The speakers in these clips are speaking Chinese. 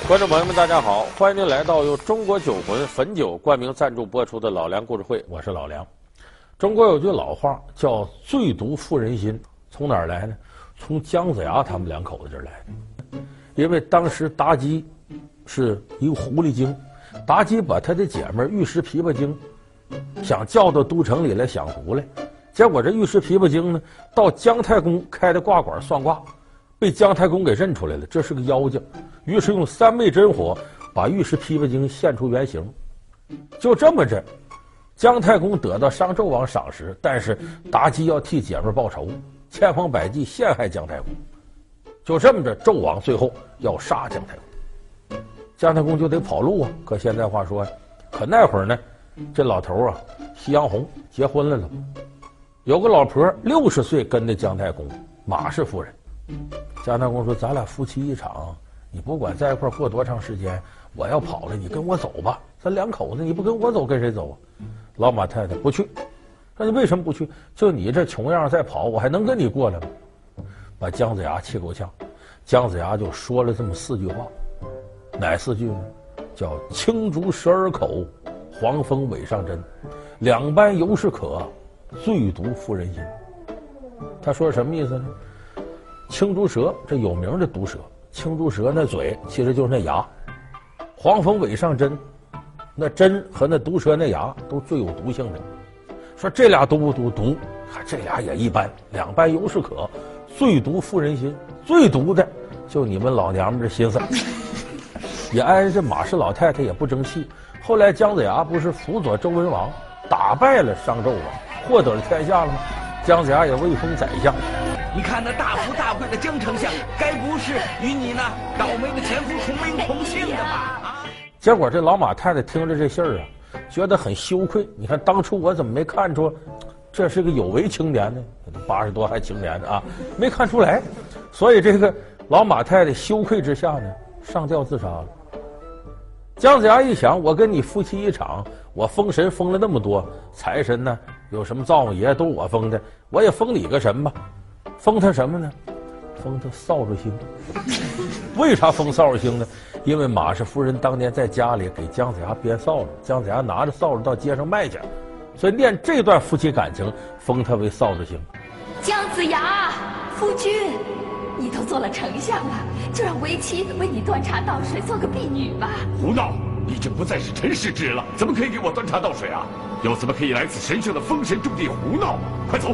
观众朋友们，大家好，欢迎您来到由中国酒魂汾酒冠名赞助播出的《老梁故事会》，我是老梁。中国有句老话叫“最毒妇人心”，从哪儿来呢？从姜子牙他们两口子这儿来的。因为当时妲己是一个狐狸精，妲己把她的姐妹玉石琵琶精想叫到都城里来享福来，结果这玉石琵琶精呢，到姜太公开的卦馆算卦，被姜太公给认出来了，这是个妖精，于是用3昧真火把玉石琵琶精现出原形。就这么着，姜太公得到商纣王赏识，但是妲己要替姐妹报仇，千方百计陷害姜太公。就这么着，纣王最后要杀姜太公，姜太公就得跑路啊。可现在话说，可那会儿呢，这老头啊，夕阳红结婚了都，有个老婆60岁跟着姜太公，马氏夫人。姜太公说：“咱俩夫妻一场，你不管在一块过多长时间，我要跑了，你跟我走吧。咱两口子，你不跟我走，跟谁走啊？”老马太太不去，说：“你为什么不去？就你这穷样再跑，我还能跟你过来吗？”把姜子牙气够呛，姜子牙就说了这么4句话，哪4句呢？叫“青竹十二口，黄蜂尾上针，两般犹是可，最毒妇人心。”他说什么意思呢？青竹蛇，这有名的毒蛇，青竹蛇那嘴其实就是那牙，黄蜂尾上针，那针和那毒蛇那牙都最有毒性的。说这俩毒不毒？毒，这俩也一般，两般犹是可，最毒妇人心。最毒的就你们老娘们这心思。也按这马氏老太太也不争气，后来姜子牙不是辅佐周文王，打败了商纣王，获得了天下了吗？姜子牙也位封宰相。 你看那大富大贵的姜丞相，该不是与你那倒霉的前夫同名同姓的吧？ 结果这老马太太听着这信儿啊，觉得很羞愧。你看当初我怎么没看出这是个有为青年呢？80多还青年呢啊，没看出来。所以这个老马太太羞愧之下呢，上吊自杀了。姜子牙一想，我跟你夫妻一场，我封神封了那么多，财神呢，有什么灶王爷都我封的，我也封你个神吧。封他什么呢？封他扫帚星。为啥封扫帚星呢？因为马氏夫人当年在家里给姜子牙编扫帚，姜子牙拿着扫帚到街上卖去，所以念这段夫妻感情，封他为扫帚星。 姜子牙夫君，你都做了丞相了，就让为妻为你端茶倒水，做个婢女吧。 胡闹！你这不再是陈世之人了，怎么可以给我端茶倒水啊？又怎么可以来此神圣的封神重地胡闹？快走！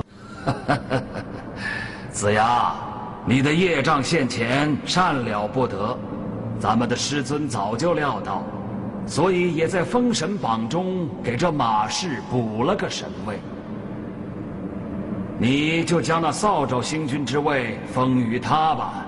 子牙，你的业障现前，善了不得。咱们的师尊早就料到，所以也在封神榜中给这马氏补了个神位。你就将那扫帚星君之位封于他吧。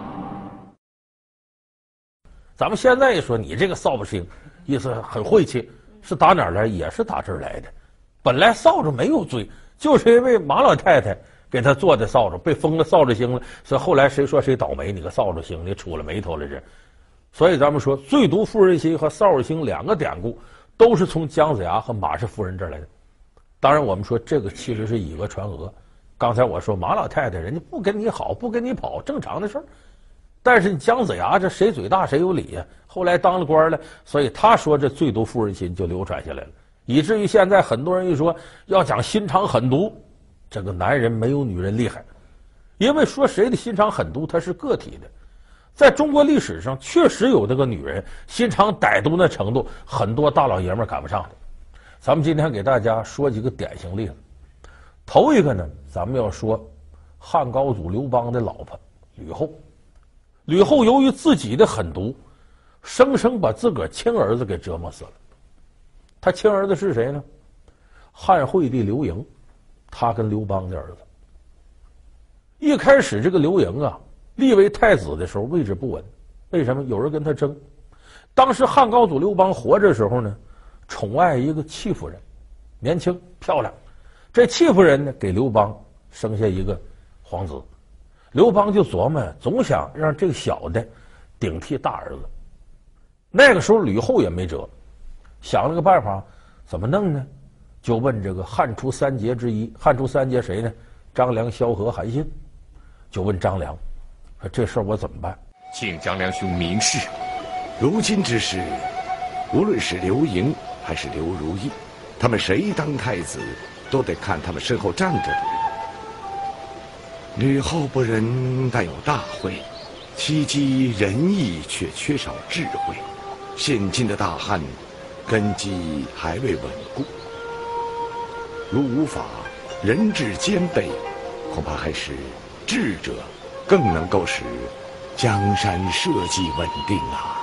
咱们现在一说你这个扫帚星，意思很晦气，是打哪儿来？也是打这儿来的。本来扫帚没有罪，就是因为马老太太给他做的扫帚被封了扫帚星了，所以后来谁说谁倒霉，你个扫帚星你出了眉头了这。所以咱们说最毒妇人心和扫帚星两个典故都是从姜子牙和马氏夫人这儿来的。当然我们说这个其实是以讹传讹，刚才我说马老太太人家不跟你好，不跟你跑，正常的事儿。但是姜子牙这谁嘴大谁有理呀，后来当了官了，所以他说这最毒妇人心就流传下来了，以至于现在很多人一说要讲心肠狠毒，这个男人没有女人厉害。因为说谁的心肠狠毒他是个体的，在中国历史上确实有这个女人心肠歹毒那程度，很多大老爷们赶不上的。咱们今天给大家说几个典型例子。头一个呢，咱们要说汉高祖刘邦的老婆吕后。吕后由于自己的狠毒，生生把自个儿亲儿子给折磨死了。他亲儿子是谁呢？汉惠帝刘盈，他跟刘邦的儿子。一开始这个刘盈啊，立为太子的时候位置不稳，为什么？有人跟他争。当时汉高祖刘邦活着的时候呢，宠爱一个戚夫人，年轻漂亮。这戚夫人呢，给刘邦生下一个皇子。刘邦就琢磨，总想让这个小的顶替大儿子。那个时候吕后也没辙，想了个办法，怎么弄呢？就问这个汉初三杰之一，汉初三杰谁呢？张良、萧何、韩信。就问张良，说这事儿我怎么办？ 请张良兄明示。 如今之事，无论是刘盈还是刘如意，他们谁当太子，都得看他们身后站着的人。吕后不仁，但有大慧，戚姬仁义，却缺少智慧。现今的大汉，根基还未稳固。如无法人智兼备，恐怕还是智者更能够使江山社稷稳定啊。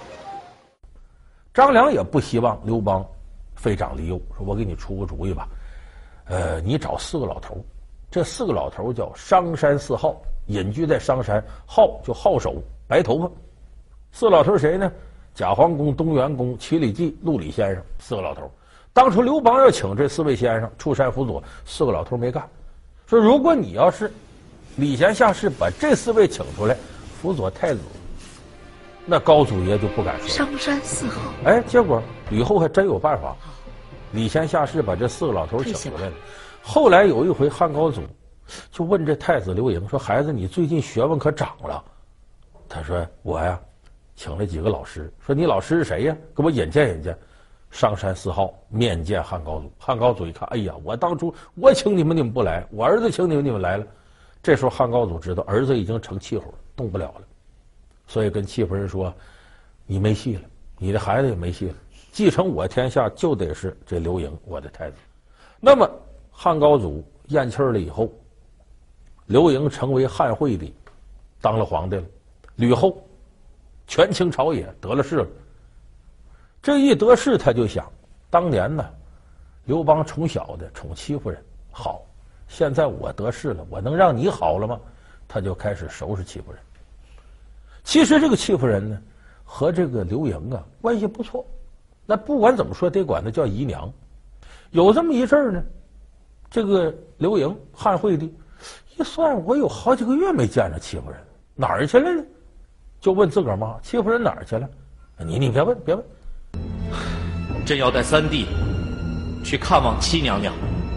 张良也不希望刘邦废长立幼，说我给你出个主意吧，你找4个老头，这4个老头叫商山4号，隐居在商山，号就号首，白头发。4老头谁呢？贾皇公、东元公、齐礼记、陆李先生4个老头。当初刘邦要请这4位先生出山辅佐，4个老头没干，说如果你要是礼贤下士，把这4位请出来辅佐太子，那高祖爷就不敢说。 商山4号， 哎，结果吕后还真有办法，礼贤下士把这4个老头请出来了。后来有一回，汉高祖就问这太子刘盈说：“孩子，你最近学问可长了？”他说：“我呀，请了几个老师。”说：“你老师是谁呀？给我引荐引荐。”商山4号面见汉高祖，汉高祖一看，哎呀，我当初我请你们不来，我儿子请你们来了。这时候汉高祖知道儿子已经成气候了，动不了了，所以跟戚夫人说：“你没戏了，你的孩子也没戏了，继承我天下就得是这刘盈，我的太子。”那么汉高祖咽气儿了以后，刘盈成为汉惠帝，当了皇帝了。吕后权倾朝野，得了势了。这一得势，他就想，当年呢，刘邦从小的宠戚夫人，好，现在我得势了，我能让你好了吗？他就开始收拾戚夫人。其实这个戚夫人呢，和这个刘盈啊关系不错，那不管怎么说，得管她叫姨娘。有这么一阵儿呢，这个刘盈汉惠帝一算，我有好几个月没见着戚夫人，哪儿去了呢？就问自个儿妈：“戚夫人哪儿去了？”你别问，别问。 朕要带三弟去看望戚娘娘。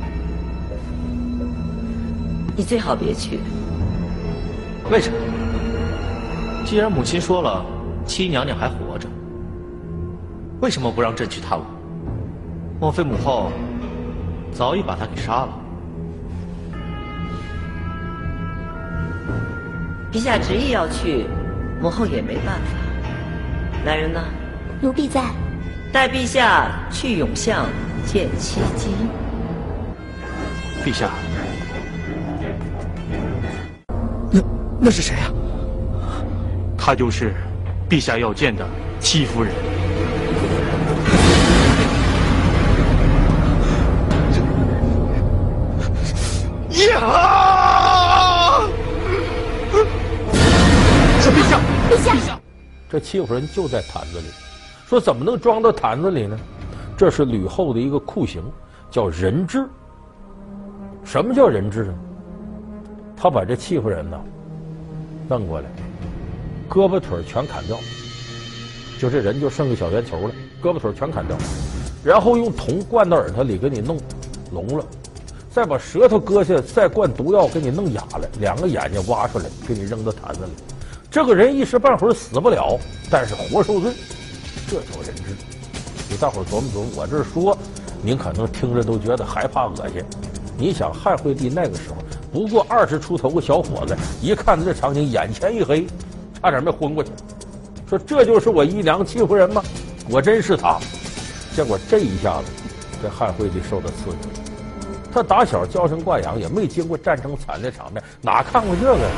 你最好别去。 为什么？既然母亲说了戚娘娘还活着，为什么不让朕去探望？莫非母后早已把她给杀了？ 陛下执意要去，母后也没办法。来人呢？ 奴婢在。 带陛下去永巷见戚姬。 陛下， 那是谁啊？她就是陛下要见的戚夫人。 呀！ 是陛下， 陛下， 这戚夫人就在坛子里。说怎么能装到坛子里呢？这是吕后的一个酷刑，叫人质。什么叫人质呢？他把这戚夫人呢弄过来，胳膊腿全砍掉，就这人就剩个小圆球了，胳膊腿全砍掉，然后用铜灌到耳朵里给你弄聋了，再把舌头割下，再灌毒药给你弄哑了，2个眼睛挖出来给你扔到坛子里。这个人一时半会儿死不了，但是活受罪。这叫人质。你大伙儿琢磨琢磨，我这说，您可能听着都觉得害怕恶心。你想汉惠帝那个时候不过20出头个小伙子，一看这场景，眼前一黑，差点没昏过去。说这就是我姨娘戚夫人吗？果真是他。结果这一下子，这汉惠帝受到刺激。他打小娇生惯养，也没经过战争惨烈场面，哪看过这个？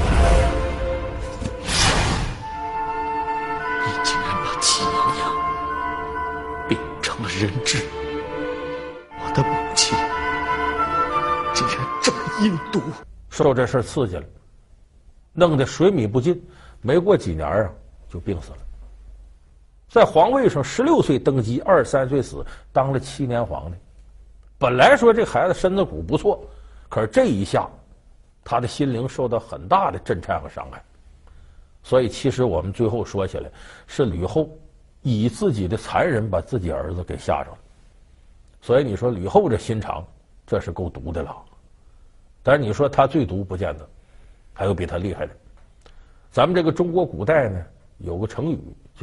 你竟然把戚娘娘变成了人质，我的母亲竟然这么阴毒， 受这事刺激了，弄得水米不进，没过几年啊就病死了。在皇位上16岁登基，23岁死，当了7年皇帝。本来说这孩子身子骨不错，可是这一下，他的心灵受到很大的震颤和伤害。所以其实我们最后说起来，是吕后以自己的残忍把自己儿子给吓着了。所以你说吕后这心肠，这是够毒的了。但是你说他最毒不见得，还有比他厉害的。咱们这个中国古代呢，有个成语叫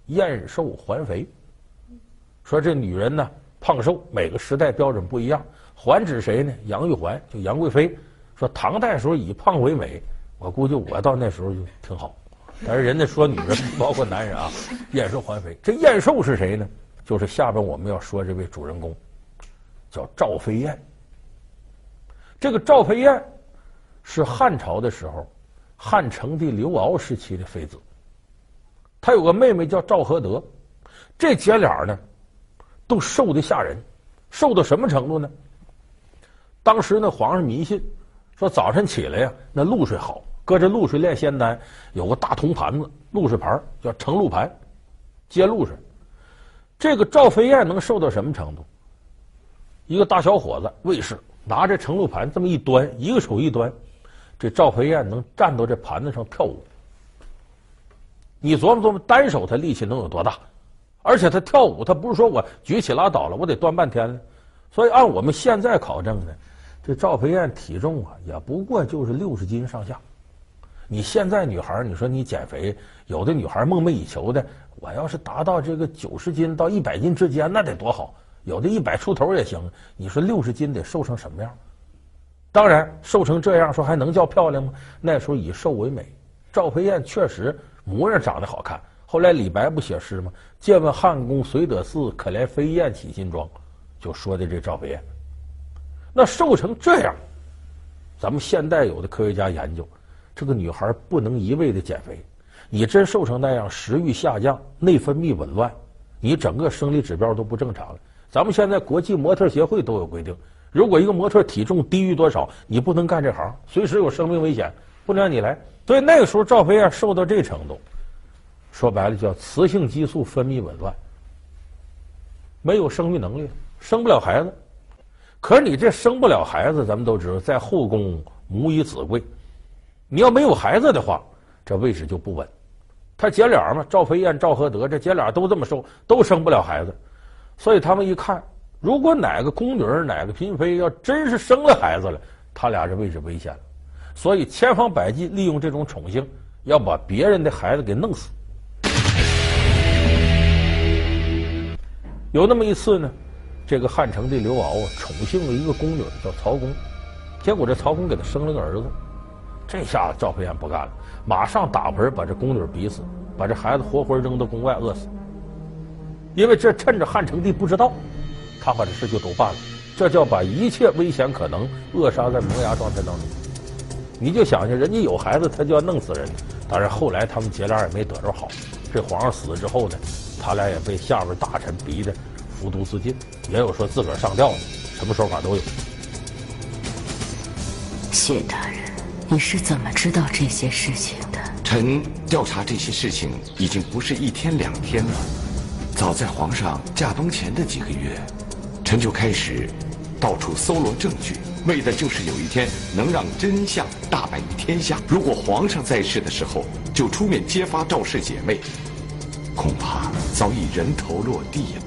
燕瘦还肥，说这女人呢胖瘦每个时代标准不一样。还指谁呢？杨玉环，就杨贵妃。说唐代时候以胖为美，我估计我到那时候就挺好。但是人家说女人包括男人啊，燕瘦还肥。这燕瘦是谁呢？就是下边我们要说这位主人公，叫赵飞燕。这个赵飞燕是汉朝的时候汉成帝刘骜时期的妃子，她有个妹妹叫赵合德。这姐俩呢都瘦得吓人，瘦到什么程度呢？当时呢皇上迷信，说早晨起来呀，那露水好，搁着露水炼仙丹，有个大铜盘子，露水盘叫盛露盘，接露水。这个赵飞燕能瘦到什么程度？一个大小伙子卫士拿着盛露盘这么一端，一个手一端，这赵飞燕能站到这盘子上跳舞。你琢磨琢磨，单手他力气能有多大？而且他跳舞，他不是说我举起拉倒了，我得端半天了。所以按我们现在考证呢，这赵飞燕体重啊也不过就是60斤上下。你现在女孩，你说你减肥，有的女孩梦寐以求的，我要是达到这个90斤到100斤之间，那得多好。有的100出头也行。你说60斤得瘦成什么样？当然瘦成这样，说还能叫漂亮吗？那时候以瘦为美。赵飞燕确实模样长得好看。后来李白不写诗吗？借问汉宫随得似，可怜飞燕起新妆，就说的这赵飞燕。那瘦成这样，咱们现代有的科学家研究，这个女孩不能一味的减肥，你真瘦成那样，食欲下降，内分泌紊乱，你整个生理指标都不正常了。咱们现在国际模特协会都有规定，如果一个模特体重低于多少，你不能干这行，随时有生命危险，不能让你来。所以那个时候赵飞燕瘦到这程度，说白了叫雌性激素分泌紊乱，没有生育能力，生不了孩子。可是你这生不了孩子，咱们都知道，在后宫母以子贵，你要没有孩子的话，这位置就不稳。他姐俩嘛，赵飞燕、赵合德，这姐俩都这么瘦，都生不了孩子。所以他们一看，如果哪个宫女哪个嫔妃要真是生了孩子了，他俩这位置危险了。所以千方百计利用这种宠幸，要把别人的孩子给弄死。有那么一次呢，这个汉成帝刘骜宠幸了一个宫女叫曹公，结果这曹公给他生了个儿子。这下子赵飞燕不干了，马上打盆把这宫女逼死，把这孩子活活扔到宫外饿死。因为这趁着汉成帝不知道，他把这事就都办了，这叫把一切危险可能扼杀在萌芽状态当中。你就想想，人家有孩子他就要弄死人。当然后来他们姐俩也没得着好，这皇上死了之后呢，他俩也被下边大臣逼得服毒自尽，也有说自个儿上吊的，什么说法都有。 谢大人，你是怎么知道这些事情的？ 臣调查这些事情已经不是1天2天了，早在皇上驾崩前的几个月，臣就开始到处搜罗证据，为的就是有一天能让真相大白于天下。如果皇上在世的时候就出面揭发赵氏姐妹，恐怕早已人头落地了。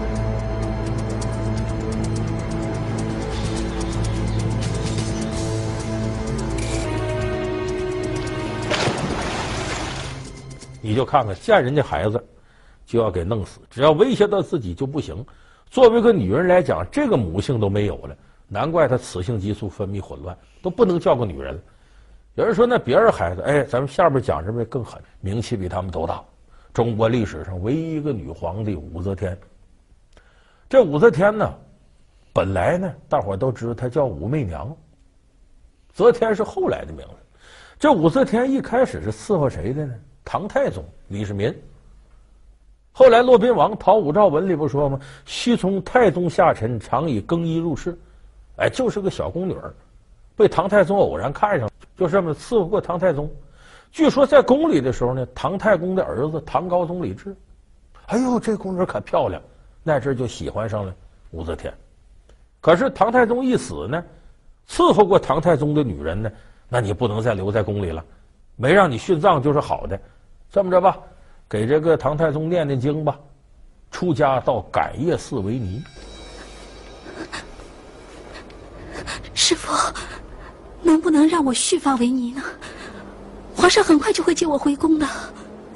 你就看看，见人家孩子就要给弄死，只要威胁到自己就不行。作为一个女人来讲，这个母性都没有了，难怪她雌性激素分泌混乱，都不能叫个女人了。有人说那别人孩子，哎，咱们下边讲这位更狠，名气比他们都大。中国历史上唯一一个女皇帝武则天。这武则天呢，本来呢大伙都知道她叫武媚娘，则天是后来的名字。这武则天一开始是伺候谁的呢？唐太宗李世民。后来骆宾王《讨武曌文》里不说吗？须从太宗下臣，常以更衣入室。哎，就是个小宫女儿，被唐太宗偶然看上，就这么伺候过唐太宗。据说在宫里的时候呢，唐太公的儿子唐高宗李治，哎呦，这宫女可漂亮，那阵就喜欢上了武则天。可是唐太宗一死呢，伺候过唐太宗的女人呢，那你不能再留在宫里了，没让你殉葬就是好的。这么着吧，给这个唐太宗念念经吧，出家到感业寺为尼。 师父，能不能让我续发为尼呢？皇上很快就会接我回宫的。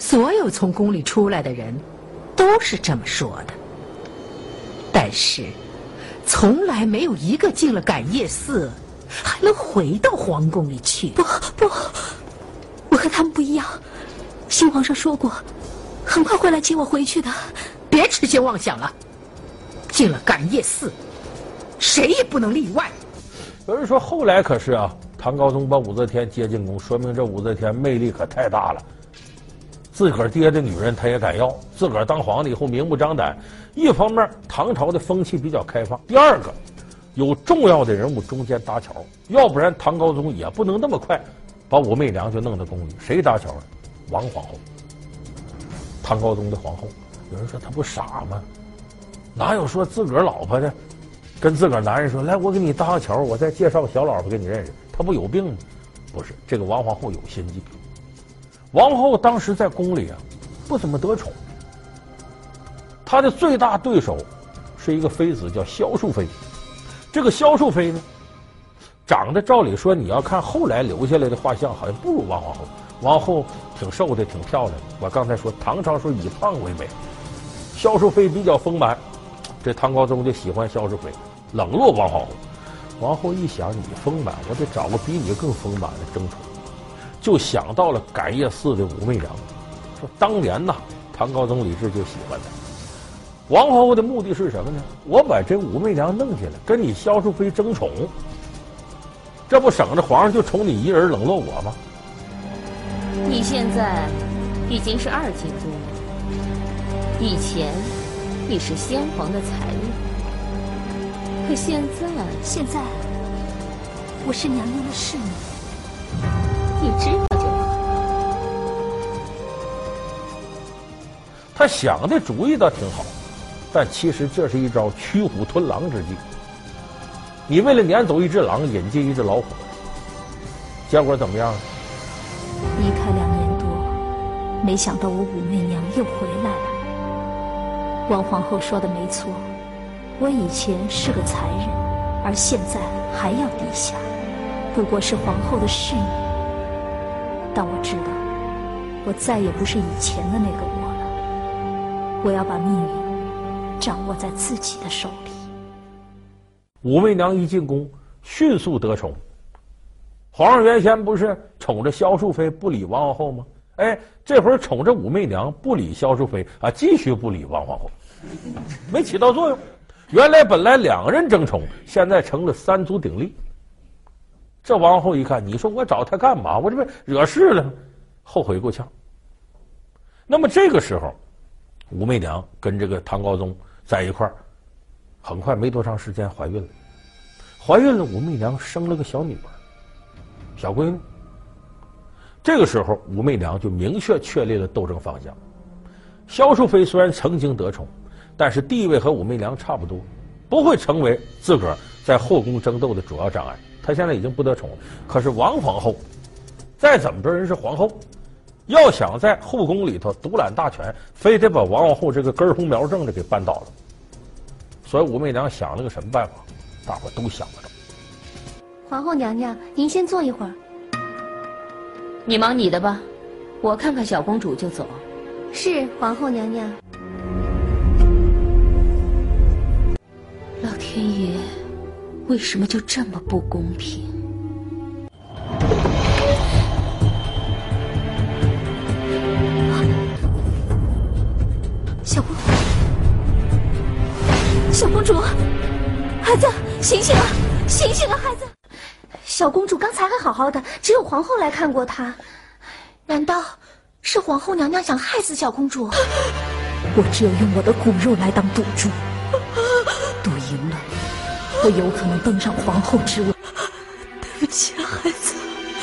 所有从宫里出来的人都是这么说的，但是从来没有一个进了感业寺还能回到皇宫里去。 不，我和他们不一样。新皇上说过，很快会来接我回去的。 别痴心妄想了，进了感业寺，谁也不能例外。 有人说后来可是啊，唐高宗把武则天接进宫，说明这武则天魅力可太大了。自个儿爹的女人他也敢要，自个儿当皇帝以后明目张胆。一方面唐朝的风气比较开放，第二个有重要的人物中间搭桥，要不然唐高宗也不能那么快把武媚娘就弄到宫里。谁搭桥呢？王皇后，唐高宗的皇后。有人说他不傻吗？哪有说自个儿老婆的跟自个儿男人说来我给你搭个桥，我再介绍小老婆给你认识，他不有病吗？不是，这个王皇后有心计。王后当时在宫里啊不怎么得宠，她的最大对手是一个妃子叫萧淑妃。这个萧淑妃呢长得照理说你要看后来留下来的画像好像不如王皇后。王后挺瘦的挺漂亮的，我刚才说唐朝时候以胖为美，萧淑妃比较丰满，这唐高宗就喜欢萧淑妃，冷落王皇后。王后一想你丰满，我得找个比你更丰满的争宠，就想到了感业寺的武媚娘。说当年呐唐高宗李治就喜欢她。王皇后的目的是什么呢？我把这武媚娘弄下来跟你萧淑妃争宠，这不省着皇上就宠你一人冷落我吗？ 你现在已经是2进宫了，以前你是先皇的才女，可现在我是娘娘的侍女。 你知道就好。 他想的主意倒挺好，但其实这是一招驱虎吞狼之计。你为了撵走一只狼，引进一只老虎，结果怎么样？ 离开2年多，没想到我武媚娘又回来了。王皇后说的没错，我以前是个才人，而现在还要低下，不过是皇后的侍女。但我知道，我再也不是以前的那个我了。我要把命运掌握在自己的手里。 武媚娘一进宫，迅速得宠。皇上原先不是宠着萧淑妃不理王皇后吗？哎，这会儿宠着武媚娘不理萧淑妃啊，继续不理王皇后，没起到作用。原来本来2人争宠，现在成了3足鼎立。这王皇后一看，你说我找他干嘛？我这不惹事了吗？后悔够呛。那么这个时候，武媚娘跟这个唐高宗在一块儿，很快没多长时间怀孕了。怀孕了，武媚娘生了个小女儿，小闺女。这个时候，武媚娘就明确确立了斗争方向。萧淑妃虽然曾经得宠，但是地位和武媚娘差不多，不会成为自个儿在后宫争斗的主要障碍。她现在已经不得宠了。可是王皇后，再怎么着人是皇后，要想在后宫里头独揽大权，非得把王皇后这个根红苗正的给扳倒了。所以武媚娘想了个什么办法？大伙都想不着。 皇后娘娘，您先坐一会儿。你忙你的吧，我看看小公主就走。是，皇后娘娘。 老天爷，为什么就这么不公平？小公主，小公主，孩子，醒醒啊，醒醒啊，孩子！ 小公主刚才还好好的，只有皇后来看过她。难道是皇后娘娘想害死小公主？ 我只有用我的骨肉来当赌注，赌赢了，我有可能登上皇后之位。对不起啊，孩子，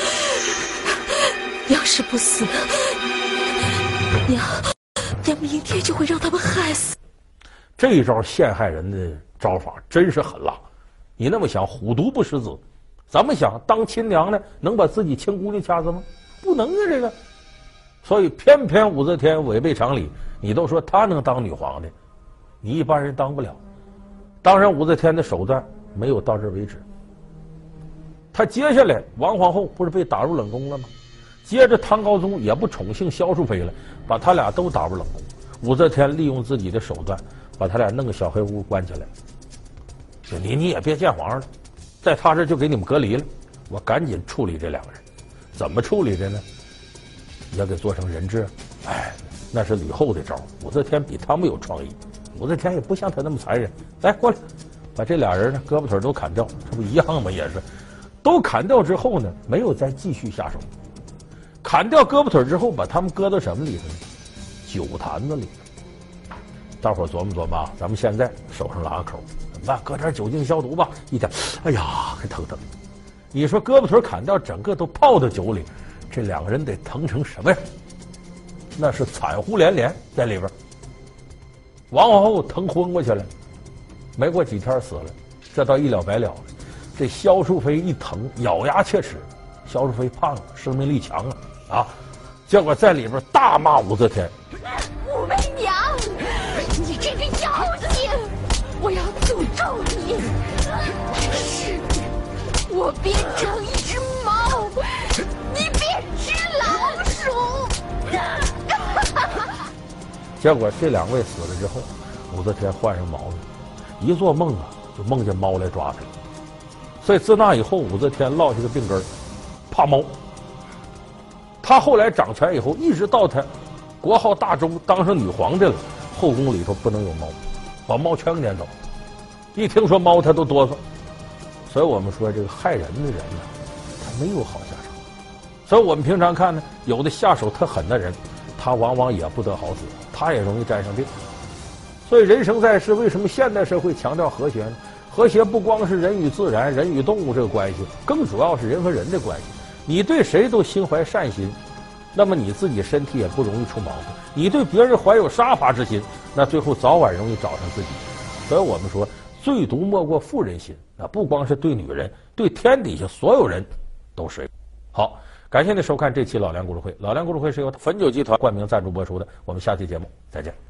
要是不死，娘明天就会让他们害死。 这一招陷害人的招法真是狠辣。你那么想，虎毒不食子。咱们想当亲娘呢，能把自己亲姑娘掐死吗？不能啊，这个。所以偏偏武则天违背常理，你都说她能当女皇的，你一般人当不了。当然，武则天的手段没有到这为止。她接下来，王皇后不是被打入冷宫了吗？ 接着唐高宗也不宠幸萧淑妃了，把他俩都打入冷宫。武则天利用自己的手段，把他俩弄个小黑屋关起来。说你也别见皇上了，在他这就给你们隔离了。我赶紧处理这两个人，怎么处理的呢？也给做成人质。哎，那是吕后的招。武则天比他们有创意，武则天也不像他那么残忍。来，过来，把这俩人呢胳膊腿都砍掉，这不一样吗？也是，都砍掉之后呢，没有再继续下手。砍掉胳膊腿之后，把他们搁到什么里头呢？酒坛子里。大伙琢磨琢磨啊，咱们现在手上拉个口，怎么办？搁点酒精消毒吧。一点，哎呀，还疼。你说胳膊腿砍掉，整个都泡到酒里，这两个人得疼成什么样？那是惨呼连连在里边。王皇后疼昏过去了，没过几天死了，这倒一了百了了。这萧淑妃一疼，咬牙切齿。萧淑妃胖了，生命力强啊，结果在里边大骂武则天：“ 武媚娘，你这个妖精，我要诅咒你！是我变成一只猫，你变只老鼠。” 结果这两位死了之后，武则天患上毛病，一做梦啊就梦见猫来抓她。所以自那以后，武则天落下个病根，怕猫。她后来掌权以后，一直到她国号大周当上女皇帝了，后宫里头不能有猫，把猫全给撵走。一听说猫，她都哆嗦。所以我们说，这个害人的人呢，他没有好下场。所以我们平常看呢，有的下手特狠的人，他往往也不得好死，他也容易沾上病。所以人生在世，为什么现代社会强调和谐呢？和谐不光是人与自然、人与动物这个关系，更主要是人和人的关系。你对谁都心怀善心，那么你自己身体也不容易出毛病。你对别人怀有杀伐之心，那最后早晚容易找上自己。所以我们说，最毒莫过妇人心。那不光是对女人，对天底下所有人都是。好，感谢您收看这期老梁故事会。老梁故事会是由汾酒集团冠名赞助播出的。我们下期节目再见。